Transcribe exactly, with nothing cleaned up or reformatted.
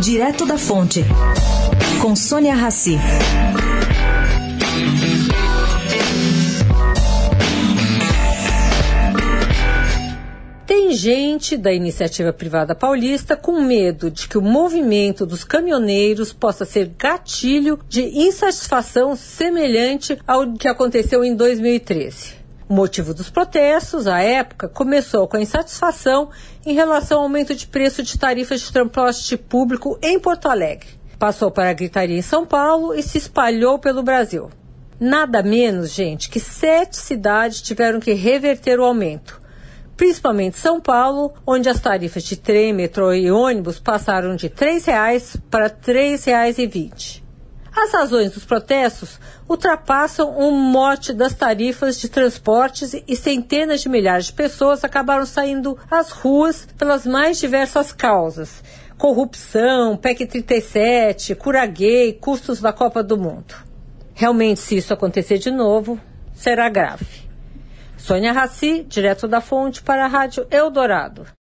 Direto da Fonte, com Sônia Rassi. Tem gente da iniciativa privada paulista com medo de que o movimento dos caminhoneiros possa ser gatilho de insatisfação semelhante ao que aconteceu em dois mil e treze. O motivo dos protestos, à época, começou com a insatisfação em relação ao aumento de preço de tarifas de transporte público em Porto Alegre. Passou para a gritaria em São Paulo e se espalhou pelo Brasil. Nada menos, gente, que sete cidades tiveram que reverter o aumento. Principalmente São Paulo, onde as tarifas de trem, metrô e ônibus passaram de três reais para três reais e vinte centavos. As razões dos protestos ultrapassam o mote das tarifas de transportes e centenas de milhares de pessoas acabaram saindo às ruas pelas mais diversas causas. Corrupção, P E C trinta e sete, cura gay, custos da Copa do Mundo. Realmente, se isso acontecer de novo, será grave. Sônia Rassi, direto da Fonte para a Rádio Eldorado.